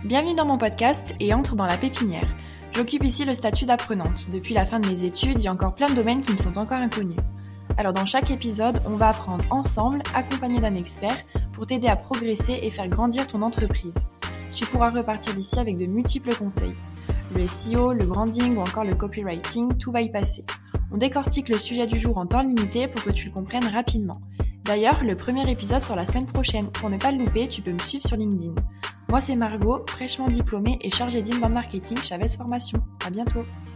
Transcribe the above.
Bienvenue dans mon podcast et entre dans la pépinière. J'occupe ici le statut d'apprenante. Depuis la fin de mes études, il y a encore plein de domaines qui me sont encore inconnus. Alors dans chaque épisode, on va apprendre ensemble, accompagné d'un expert, pour t'aider à progresser et faire grandir ton entreprise. Tu pourras repartir d'ici avec de multiples conseils. Le SEO, le branding ou encore le copywriting, tout va y passer. On décortique le sujet du jour en temps limité pour que tu le comprennes rapidement. D'ailleurs, le premier épisode sort la semaine prochaine. Pour ne pas le louper, tu peux me suivre sur LinkedIn. Moi, c'est Margot, fraîchement diplômée et chargée d'inbound marketing chez Aves Formation. À bientôt!